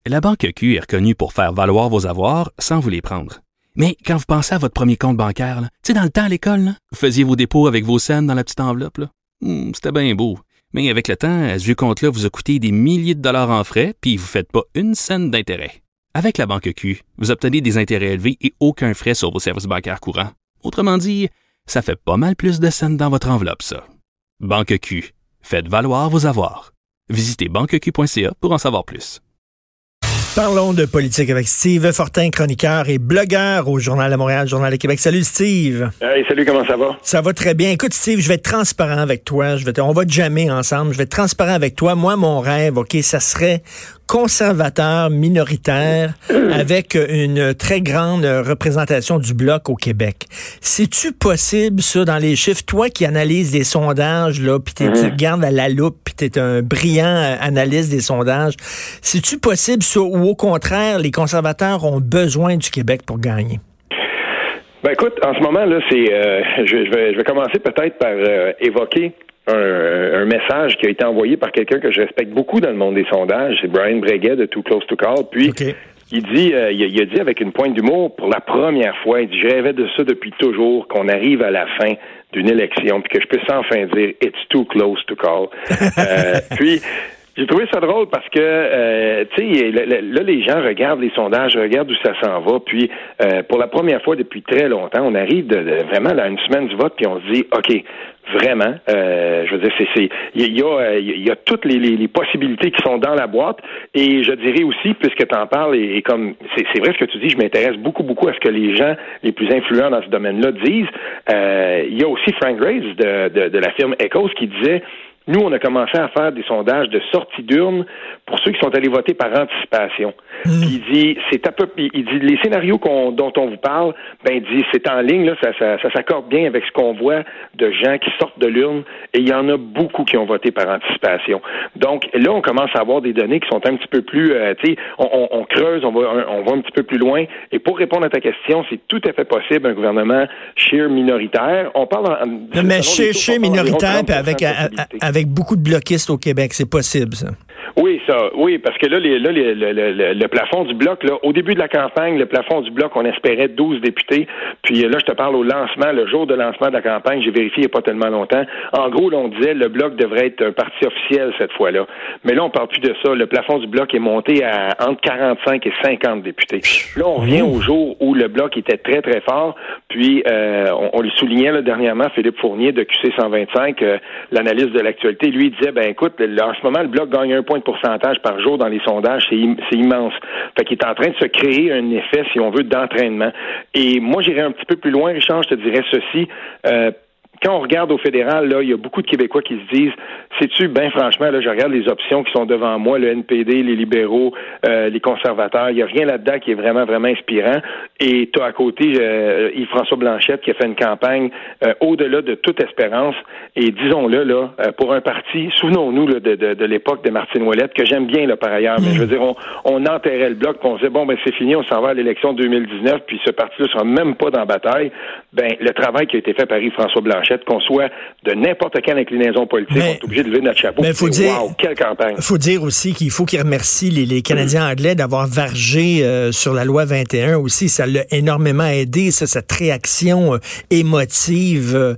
La Banque Q est reconnue pour faire valoir vos avoirs sans vous les prendre. Mais quand vous pensez à votre premier compte bancaire, tu sais, dans le temps à l'école, là, vous faisiez vos dépôts avec vos scènes dans la petite enveloppe. Là. C'était bien beau. Mais avec le temps, ce vieux compte-là vous a coûté des milliers de dollars en frais, puis vous ne faites pas une scène d'intérêt. Avec la Banque Q, vous obtenez des intérêts élevés et aucun frais sur vos services bancaires courants. Autrement dit, ça fait pas mal plus de scènes dans votre enveloppe, ça. Banque Q. Faites valoir vos avoirs. Visitez banqueq.ca pour en savoir plus. Parlons de politique avec Steve Fortin, chroniqueur et blogueur au Journal de Montréal, Journal de Québec. Salut Steve. Hey, salut, comment ça va? Ça va très bien. Écoute Steve, je vais être transparent avec toi. On va jammer ensemble. Je vais être transparent avec toi. Moi, mon rêve, OK, ça serait conservateur minoritaire avec une très grande représentation du Bloc au Québec. C'est-tu possible, ça, dans les chiffres? Toi qui analyses des sondages, là, puis tu regardes à la loupe, puis tu es un brillant analyste des sondages, c'est-tu possible, ça, ou au contraire, les conservateurs ont besoin du Québec pour gagner? Ben écoute, en ce moment, là, je vais commencer peut-être par évoquer un message qui a été envoyé par quelqu'un que je respecte beaucoup dans le monde des sondages, c'est Brian Breguet de Too Close to Call. Puis, il dit, il a dit avec une pointe d'humour, pour la première fois, il dit, je rêvais de ça depuis toujours, qu'on arrive à la fin d'une élection, puis que je puisse enfin dire, it's too close to call. Puis, j'ai trouvé ça drôle parce que, tu sais, là, les gens regardent les sondages, regardent où ça s'en va, puis pour la première fois depuis très longtemps, on arrive vraiment à une semaine du vote, puis on se dit, OK, vraiment, je veux dire, il y a toutes les possibilités qui sont dans la boîte, et je dirais aussi, puisque tu en parles, et comme c'est vrai ce que tu dis, je m'intéresse beaucoup à ce que les gens les plus influents dans ce domaine-là disent. Il y a aussi Frank Graves de la firme Echoes qui disait, nous, on a commencé à faire des sondages de sortie d'urne pour ceux qui sont allés voter par anticipation. Puis il dit, il dit les scénarios dont on vous parle, ben il dit c'est en ligne là, ça s'accorde bien avec ce qu'on voit de gens qui sortent de l'urne, et il y en a beaucoup qui ont voté par anticipation. Donc là, on commence à avoir des données qui sont un petit peu plus, tu sais, on creuse, on va un petit peu plus loin. Et pour répondre à ta question, c'est tout à fait possible un gouvernement sheer minoritaire. On parle mais sheer minoritaire, puis avec beaucoup de bloquistes au Québec, c'est possible, ça. Oui, parce que là, le plafond du Bloc, là, au début de la campagne, le plafond du Bloc, on espérait 12 députés. Puis là, je te parle au lancement, le jour de lancement de la campagne, j'ai vérifié il n'y a pas tellement longtemps. En gros, là, on disait le Bloc devrait être un parti officiel cette fois-là. Mais là, on parle plus de ça. Le plafond du Bloc est monté à entre 45 et 50 députés. Là, on revient au jour où le Bloc était très, très fort. Puis, on le soulignait là, dernièrement, Philippe Fournier de QC 125, l'analyse de l'actualité, lui, il disait, ben écoute, là, en ce moment, le Bloc gagne 1 point de pourcentage par jour dans les sondages, c'est immense. Fait qu'il est en train de se créer un effet, si on veut, d'entraînement. Et moi, j'irais un petit peu plus loin, Richard, je te dirais ceci. Quand on regarde au fédéral, là, il y a beaucoup de Québécois qui se disent, sais-tu, ben franchement, là, je regarde les options qui sont devant moi, le NPD, les libéraux, les conservateurs, il n'y a rien là-dedans qui est vraiment, vraiment inspirant. Et tu as à côté Yves-François Blanchette qui a fait une campagne au-delà de toute espérance. Et disons-le, là, pour un parti, souvenons-nous là, de l'époque de Martine Ouellette, que j'aime bien là, par ailleurs, mais je veux dire, on enterrait le Bloc, puis on disait, bon, ben c'est fini, on s'en va à l'élection 2019, puis ce parti-là sera même pas dans la bataille. Ben, le travail qui a été fait par Yves-François Blanchette, qu'on soit de n'importe quelle inclinaison politique, on est obligé de lever notre chapeau. Mais faut dire, wow, quelle campagne. Faut dire aussi qu'il faut qu'ils remercient les Canadiens anglais d'avoir vargé sur la loi 21 aussi. Ça l'a énormément aidé, cette réaction émotive,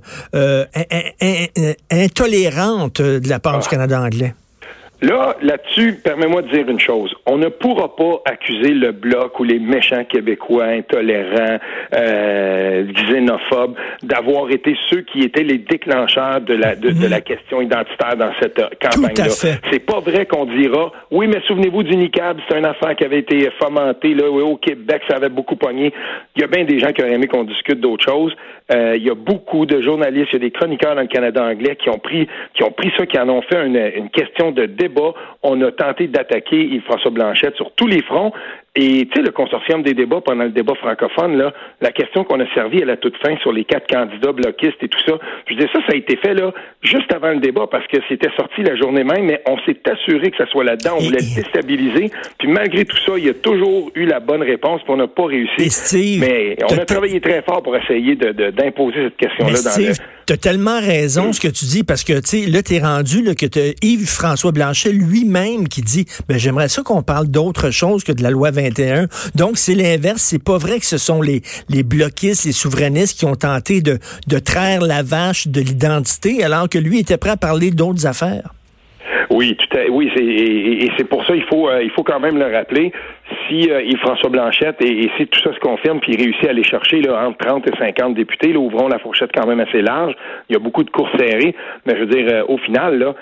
intolérante de la part du Canada anglay. Là-dessus, permets-moi de dire une chose. On ne pourra pas accuser le Bloc ou les méchants Québécois intolérants, xénophobes, d'avoir été ceux qui étaient les déclencheurs de la question identitaire dans cette campagne-là. C'est pas vrai qu'on dira, oui, mais souvenez-vous du NICAB, c'est une affaire qui avait été fomentée là, au Québec, ça avait beaucoup pogné. Il y a bien des gens qui auraient aimé qu'on discute d'autres choses. Il y a beaucoup de journalistes, il y a des chroniqueurs dans le Canada anglais qui ont pris ça, qui en ont fait une question de débat. On a tenté d'attaquer Yves-François Blanchette sur tous les fronts. Et tu sais, le consortium des débats pendant le débat francophone, là, la question qu'on a servie à la toute fin sur les 4 candidats bloquistes et tout ça, je dis ça a été fait là juste avant le débat parce que c'était sorti la journée même, mais on s'est assuré que ça soit là-dedans, on voulait le déstabiliser. Puis malgré tout ça, il y a toujours eu la bonne réponse, puis on n'a pas réussi. Steve, mais on a travaillé très fort pour essayer d'imposer cette question-là dans T'as tellement raison ce que tu dis, parce que, tu sais, là, t'es rendu, là, que t'as Yves-François Blanchet lui-même qui dit, j'aimerais ça qu'on parle d'autre chose que de la loi 21. Donc, c'est l'inverse. C'est pas vrai que ce sont les bloquistes, les souverainistes qui ont tenté de traire la vache de l'identité, alors que lui était prêt à parler d'autres affaires. Oui, c'est pour ça il faut quand même le rappeler. Si Yves-François Blanchet et si tout ça se confirme, puis il réussit à aller chercher là, entre 30 et 50 députés, là, ouvrons la fourchette quand même assez large. Il y a beaucoup de courses serrées, mais je veux dire, au final, là,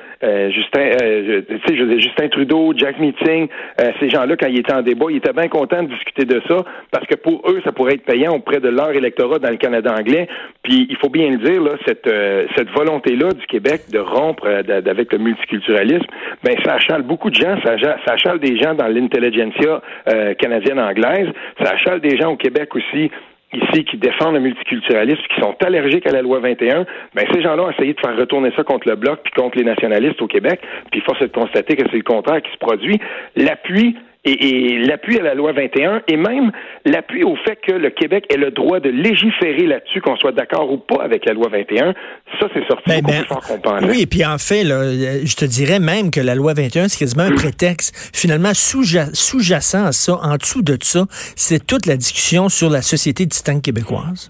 Justin Trudeau, Jack Meeting, ces gens-là, quand ils étaient en débat, ils étaient bien contents de discuter de ça, parce que pour eux, ça pourrait être payant auprès de leur électorat dans le Canada anglais. Puis il faut bien le dire, là, cette volonté-là du Québec de rompre avec le multiculturalisme, ben ça achale beaucoup de gens, ça achale des gens dans l'intelligentsia canadienne-anglaise, ça achale des gens au Québec aussi, ici, qui défendent le multiculturalisme, qui sont allergiques à la loi 21, ben ces gens-là ont essayé de faire retourner ça contre le Bloc puis contre les nationalistes au Québec, puis force est de constater que c'est le contraire qui se produit. L'appui et l'appui à la loi 21 et même l'appui au fait que le Québec ait le droit de légiférer là-dessus, qu'on soit d'accord ou pas avec la loi 21, ça, c'est sorti beaucoup plus fort qu'on pensait. Oui, et puis en fait, là, je te dirais même que la loi 21, c'est quasiment un prétexte. Finalement, sous-jacent à ça, en dessous de ça, c'est toute la discussion sur la société distincte québécoise.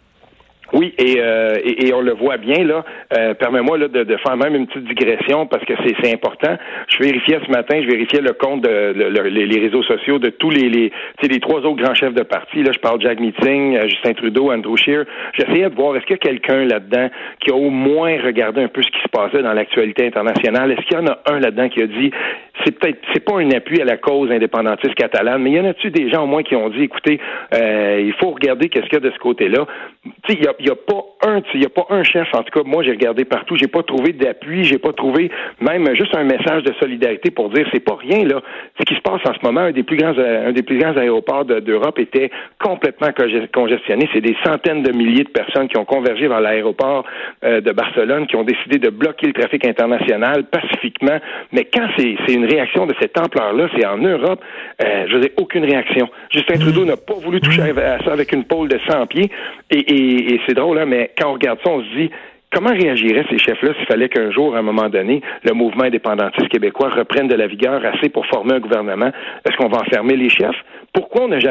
Oui, et on le voit bien, là. Permets-moi là, de faire même une petite digression parce que c'est important. Je vérifiais ce matin, le compte les réseaux sociaux de tous les trois autres grands chefs de parti. Là, je parle Jack Meeting, Justin Trudeau, Andrew Scheer. J'essayais de voir, est-ce qu'il y a quelqu'un là-dedans qui a au moins regardé un peu ce qui se passait dans l'actualité internationale? Est-ce qu'il y en a un là-dedans qui a dit, c'est pas un appui à la cause indépendantiste catalane, mais y en a-tu des gens au moins qui ont dit, écoutez, il faut regarder qu'est-ce qu'il y a de ce côté-là. Tu sais, il y a pas un chef, en tout cas, moi j'ai regardé partout, j'ai pas trouvé d'appui, j'ai pas trouvé même juste un message de solidarité pour dire c'est pas rien là. Ce qui se passe en ce moment, un des plus grands aéroports d'Europe était complètement congestionné. C'est des centaines de milliers de personnes qui ont convergé vers l'aéroport de Barcelone, qui ont décidé de bloquer le trafic international pacifiquement. Mais quand c'est une réaction de cette ampleur-là, c'est en Europe, je veux dire, aucune réaction. Justin Trudeau n'a pas voulu toucher à ça avec une pôle de 100 pieds. Et c'est drôle, hein, mais quand on regarde ça, on se dit, comment réagiraient ces chefs-là s'il fallait qu'un jour, à un moment donné, le mouvement indépendantiste québécois reprenne de la vigueur assez pour former un gouvernement? Est-ce qu'on va enfermer les chefs? Pourquoi on a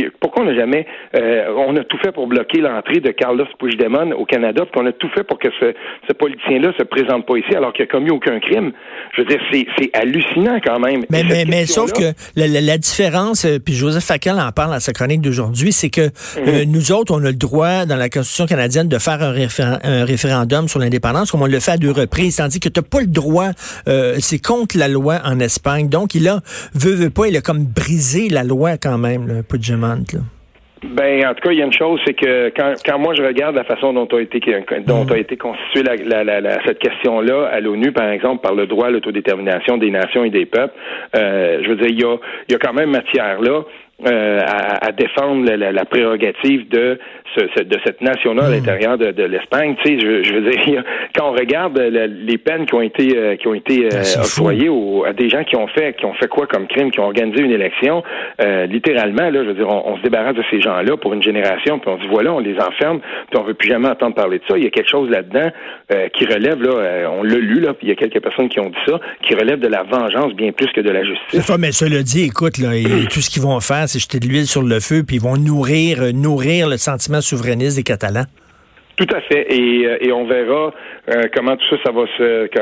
tout fait pour bloquer l'entrée de Carlos Puigdemont au Canada, puis qu'on a tout fait pour que ce politicien-là se présente pas ici alors qu'il a commis aucun crime? Je veux dire, c'est hallucinant quand même. Mais sauf que la différence, puis Joseph Facal en parle dans sa chronique d'aujourd'hui, c'est que nous autres, on a le droit dans la Constitution canadienne de faire un référendum sur l'indépendance, comme on le fait à 2 reprises, tandis que tu n'as pas le droit, c'est contre la loi en Espagne. Donc, il a comme brisé la loi quand même, là, Puigdemont, là. Ben, en tout cas, il y a une chose, c'est que quand moi je regarde la façon dont a été constituée cette question-là à l'ONU, par exemple, par le droit à l'autodétermination des nations et des peuples, je veux dire, il y a quand même matière là à défendre la prérogative de cette nation-là à l'intérieur de l'Espagne. Tu sais, je veux dire, quand on regarde les peines qui ont été octroyées à des gens qui ont fait quoi comme crime, qui ont organisé une élection, littéralement, là, je veux dire, on se débarrasse de ces gens-là pour une génération, puis on dit voilà, on les enferme, puis on veut plus jamais entendre parler de ça. Il y a quelque chose là-dedans qui relève, là, on l'a lu, là, puis il y a quelques personnes qui ont dit ça, qui relève de la vengeance bien plus que de la justice. Mais cela dit, écoute, là, tout ce qu'ils vont faire, c'est jeter de l'huile sur le feu, puis ils vont nourrir le sentiment souverainiste des Catalans. Tout à fait, et on verra comment tout ça va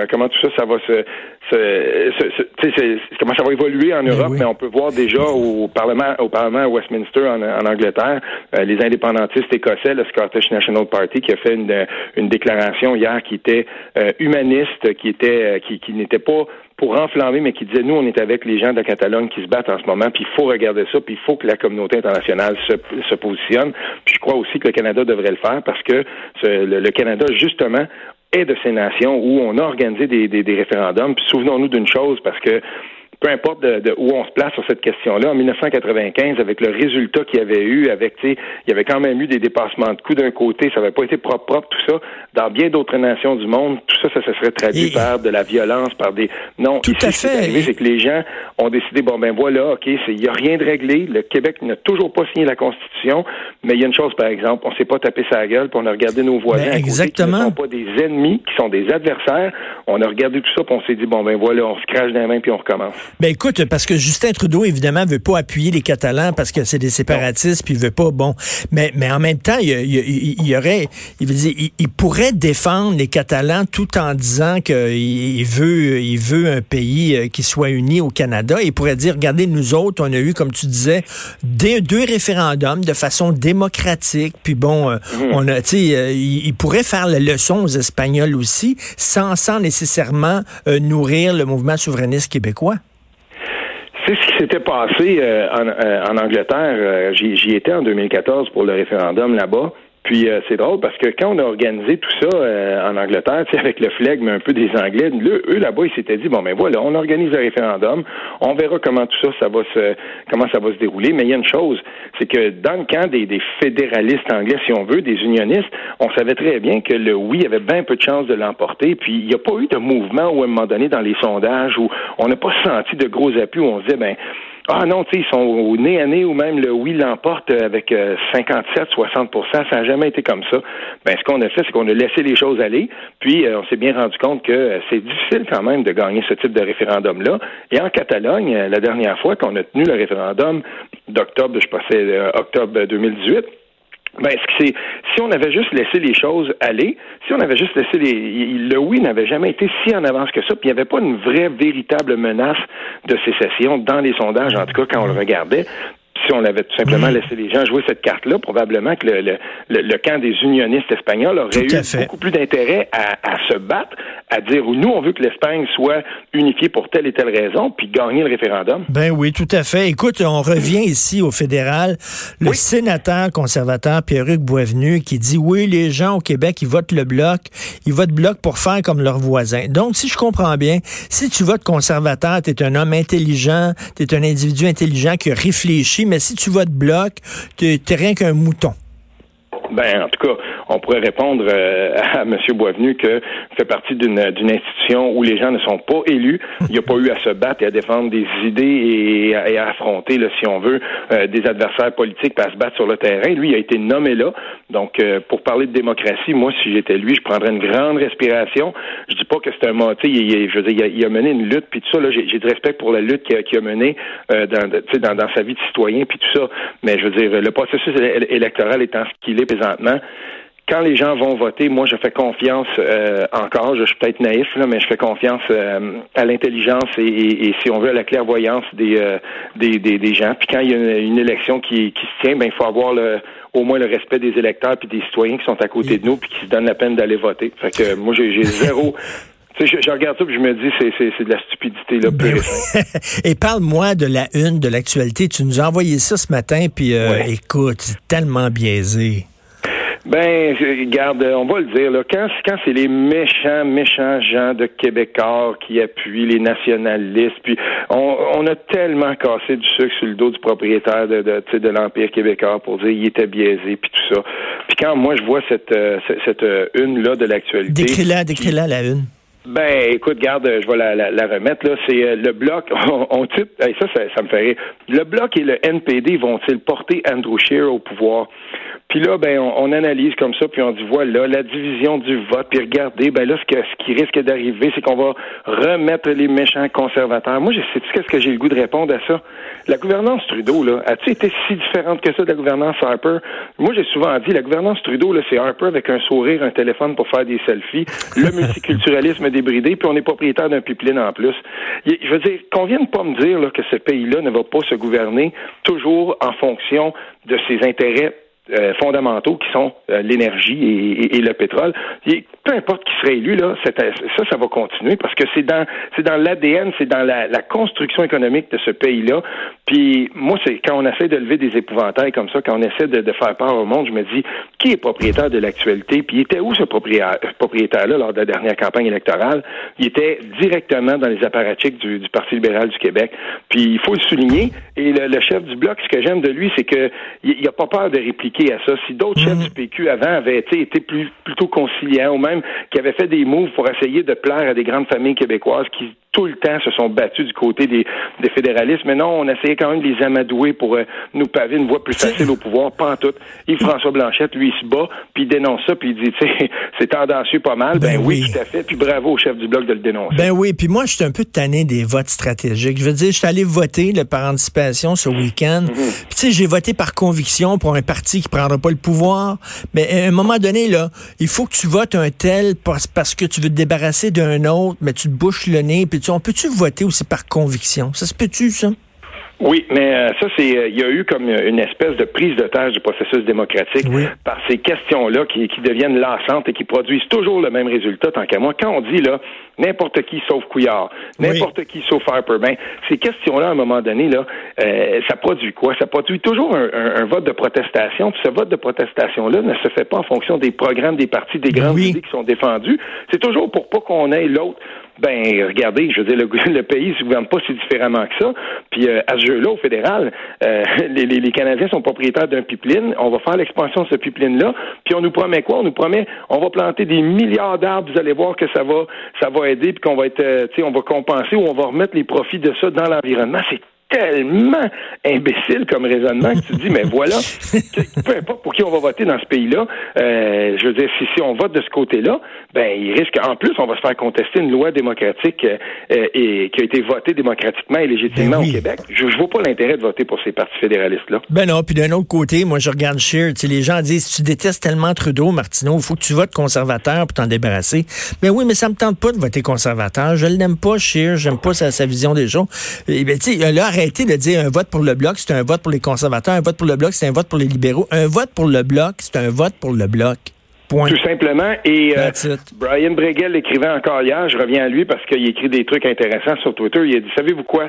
comment ça va évoluer en Europe, mais on peut voir déjà au Parlement à Westminster en Angleterre, les indépendantistes écossais, le Scottish National Party, qui a fait une déclaration hier qui était humaniste, qui n'était pas pour enflammer, mais qui disait, nous, on est avec les gens de Catalogne qui se battent en ce moment, puis il faut regarder ça, puis il faut que la communauté internationale se positionne. Puis je crois aussi que le Canada devrait le faire, parce que le Canada, justement, est de ces nations où on a organisé des référendums. Puis souvenons-nous d'une chose, parce que peu importe de où on se place sur cette question-là, en 1995, avec le résultat qu'il y avait eu, il y avait quand même eu des dépassements de coûts d'un côté, ça n'avait pas été propre, tout ça. Dans bien d'autres nations du monde, tout ça se serait traduit par de la violence, par des... Non, tout ici, à fait. Ce qui est arrivé, c'est que les gens ont décidé, il n'y a rien de réglé. Le Québec n'a toujours pas signé la Constitution, mais il y a une chose, par exemple, on ne s'est pas tapé sa gueule, puis on a regardé nos voisins à côté, qui ne sont pas des ennemis, qui sont des adversaires. On a regardé tout ça, puis on s'est dit, on se crache dans les mains, puis on recommence. Ben écoute, parce que Justin Trudeau, évidemment, veut pas appuyer les Catalans parce que c'est des séparatistes, puis il veut pas, mais en même temps, il pourrait défendre les Catalans tout en disant qu'il veut un pays qui soit uni au Canada. Il pourrait dire, regardez, nous autres, on a eu, comme tu disais, deux référendums de façon démocratique, puis il pourrait faire la leçon aux Espagnols aussi, sans nécessairement nourrir le mouvement souverainiste québécois. C'est ce qui s'était passé en Angleterre. J'y étais en 2014 pour le référendum là-bas. Puis c'est drôle parce que quand on a organisé tout ça en Angleterre, avec le flegme un peu des Anglais, eux là-bas, ils s'étaient dit on organise le référendum, on verra comment tout ça va se dérouler. Mais il y a une chose, c'est que dans le camp des fédéralistes anglais, si on veut, des unionistes, on savait très bien que le oui avait bien peu de chances de l'emporter. Puis il n'y a pas eu de mouvement où à un moment donné dans les sondages où on n'a pas senti de gros appuis où on se disait ils sont au nez à nez ou même le oui l'emporte avec 57-60%. Ça n'a jamais été comme ça. Ce qu'on a fait, c'est qu'on a laissé les choses aller. Puis, on s'est bien rendu compte que c'est difficile quand même de gagner ce type de référendum-là. Et en Catalogne, la dernière fois qu'on a tenu le référendum d'octobre, octobre 2018, si on avait juste laissé les choses aller, si on avait juste laissé le oui n'avait jamais été si en avance que ça, puis il n'y avait pas une vraie, véritable menace de sécession dans les sondages, en tout cas quand on le regardait. Si on avait tout simplement laissé les gens jouer cette carte-là, probablement que le camp des unionistes espagnols aurait eu beaucoup plus d'intérêt à se battre, à dire nous, on veut que l'Espagne soit unifiée pour telle et telle raison, puis gagner le référendum. Ben oui, tout à fait. Écoute, on revient ici au fédéral. Le sénateur conservateur Pierre-Hugues Boisvenu qui dit les gens au Québec, ils votent le Bloc. Ils votent Bloc pour faire comme leurs voisins. Donc, si je comprends bien, si tu votes conservateur, t'es un homme intelligent, t'es un individu intelligent qui a réfléchi, mais si tu votes Bloc, t'es rien qu'un mouton. En tout cas, on pourrait répondre à M. Boisvenu que fait partie d'une institution où les gens ne sont pas élus. Il n'y a pas eu à se battre et à défendre des idées et à affronter, si on veut, des adversaires politiques, à se battre sur le terrain. Lui, il a été nommé là. Donc, pour parler de démocratie, moi, si j'étais lui, je prendrais une grande respiration. Je dis pas que c'est un mot, il a mené une lutte, puis tout ça, là, j'ai du respect pour la lutte qu'il a menée dans sa vie de citoyen, puis tout ça. Mais je veux dire, le processus électoral étant ce qu'il est présentement, quand les gens vont voter, moi, je fais confiance encore, je suis peut-être naïf, là, mais je fais confiance à l'intelligence et si on veut, à la clairvoyance des gens. Puis quand il y a une élection qui se tient, il faut avoir au moins le respect des électeurs puis des citoyens qui sont à côté de nous puis qui se donnent la peine d'aller voter. Fait que moi, j'ai zéro... je regarde ça et je me dis c'est de la stupidité là. Et parle-moi de la une de l'actualité. Tu nous as envoyé ça ce matin puis écoute, c'est tellement biaisé. Regarde, on va le dire, là, quand c'est les méchants gens de Québécois qui appuient les nationalistes, puis on a tellement cassé du sucre sur le dos du propriétaire de l'Empire québécois pour dire qu'il était biaisé, puis tout ça. Puis quand moi je vois cette une-là de l'actualité... Décris-la la une. Écoute, garde, je vais la remettre, là. C'est le Bloc, on titre, ça me fait rire. Le Bloc et le NPD vont-ils porter Andrew Scheer au pouvoir? Puis là, on analyse comme ça, puis on dit, voilà, la division du vote, puis regardez, ce qui risque d'arriver, c'est qu'on va remettre les méchants conservateurs. Moi, sais-tu qu'est-ce que j'ai le goût de répondre à ça? La gouvernance Trudeau, là, a-t-il été si différente que ça de la gouvernance Harper? Moi, j'ai souvent dit, la gouvernance Trudeau, là, c'est Harper avec un sourire, un téléphone pour faire des selfies, le multiculturalisme débridé, puis on est propriétaire d'un pipeline en plus. Je veux dire, qu'on vienne pas me dire là, que ce pays-là ne va pas se gouverner toujours en fonction de ses intérêts fondamentaux qui sont l'énergie et le pétrole. Et peu importe qui serait élu, là, ça va continuer parce que c'est dans l'ADN, c'est dans la construction économique de ce pays-là. Puis moi, c'est quand on essaie de lever des épouvantails comme ça, quand on essaie de faire peur au monde, je me dis, qui est propriétaire de l'actualité? Puis il était où ce propriétaire-là lors de la dernière campagne électorale? Il était directement dans les apparatchiks du Parti libéral du Québec. Puis il faut le souligner. Et le chef du Bloc, ce que j'aime de lui, c'est que il a pas peur de répliquer à ça. Si d'autres chefs du PQ avant avaient été plutôt conciliants ou même qui avaient fait des moves pour essayer de plaire à des grandes familles québécoises qui tout le temps se sont battus du côté des fédéralistes, mais non, on essayait quand même de les amadouer pour nous paver une voie plus facile au pouvoir, pas en tout. Yves-François Blanchette, lui, il se bat, puis il dénonce ça, puis il dit, tu sais, c'est tendancieux pas mal. Ben oui, tout à fait, puis bravo au chef du Bloc de le dénoncer. Ben oui, puis moi, je suis un peu tanné des votes stratégiques. Je veux dire, je suis allé voter par anticipation ce week-end, puis tu sais, j'ai voté par conviction pour un parti qui prendra pas le pouvoir, mais à un moment donné, là, il faut que tu votes un tel parce que tu veux te débarrasser d'un autre, mais tu te bouches le nez, puis on peut-tu voter aussi par conviction? Ça se peut-tu, ça? Oui, mais ça, il y a eu comme une espèce de prise d'otage du processus démocratique par ces questions-là qui deviennent lassantes et qui produisent toujours le même résultat, tant qu'à moi. Quand on dit, là, n'importe qui sauf Couillard, n'importe qui sauf Harper, ben, ces questions-là, à un moment donné, là, ça produit quoi? Ça produit toujours un vote de protestation, puis ce vote de protestation-là ne se fait pas en fonction des programmes des partis, des grandes idées qui sont défendues. C'est toujours pour pas qu'on ait l'autre. Ben, regardez, je veux dire, le pays ne se gouverne pas si différemment que ça. Puis à ce jeu-là, au fédéral, les Canadiens sont propriétaires d'un pipeline. On va faire l'expansion de ce pipeline-là. Puis on nous promet quoi? On nous promet, on va planter des milliards d'arbres. Vous allez voir que ça va aider, puis qu'on va être, on va compenser ou on va remettre les profits de ça dans l'environnement. C'est tellement imbécile comme raisonnement que tu te dis, mais voilà, peu importe pour qui on va voter dans ce pays-là, je veux dire, si on vote de ce côté-là, ben il risque, en plus, on va se faire contester une loi démocratique et qui a été votée démocratiquement et légitimement au Québec. Je vois pas l'intérêt de voter pour ces partis fédéralistes-là. Ben non, puis d'un autre côté, moi je regarde Scheer, les gens disent, tu détestes tellement Trudeau, Martineau, il faut que tu votes conservateur pour t'en débarrasser. Ben oui, mais ça me tente pas de voter conservateur. Je l'aime pas, Scheer, j'aime pas sa vision des choses. Et ben tu sais, là, arrêtez de dire un vote pour le Bloc, c'est un vote pour les conservateurs, un vote pour le Bloc, c'est un vote pour les libéraux. Un vote pour le Bloc, c'est un vote pour le Bloc. Point. Tout simplement. Et Brian Breguet l'écrivait encore hier, je reviens à lui parce qu'il écrit des trucs intéressants sur Twitter. Il a dit, savez-vous quoi?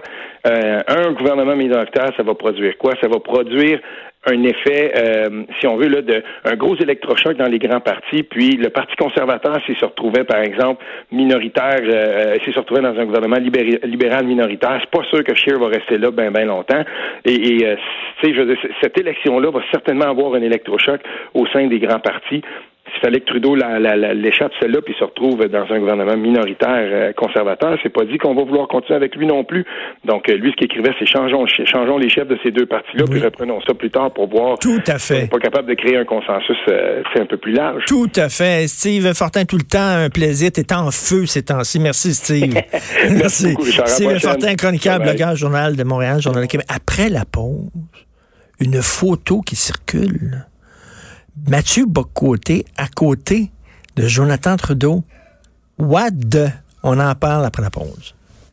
Un gouvernement minoritaire, ça va produire quoi? Ça va produire un effet, si on veut, là, un gros électrochoc dans les grands partis. Puis le Parti conservateur, s'il se retrouvait, par exemple, minoritaire, s'il se retrouvait dans un gouvernement libéral minoritaire, c'est pas sûr que Scheer va rester là ben longtemps. Et tu sais, je veux dire, cette élection-là va certainement avoir un électrochoc au sein des grands partis. S'il fallait que Trudeau l'échappe celle-là puis se retrouve dans un gouvernement minoritaire conservateur, c'est pas dit qu'on va vouloir continuer avec lui non plus. Donc lui, ce qu'il écrivait, c'est changeons les chefs de ces deux partis-là, puis reprenons ça plus tard pour voir. Tout à fait. On n'est pas capable de créer un consensus c'est un peu plus large. Tout à fait. Steve Fortin, tout le temps, un plaisir. T'es en feu ces temps-ci. Merci, Steve. Merci beaucoup, Richard. Steve Fortin, chroniqueur, blogueur, Journal de Montréal, Journal de Québec. Après la pause, une photo qui circule. Mathieu Bock-Côté à côté de Jonathan Trudeau. What the? On en parle après la pause.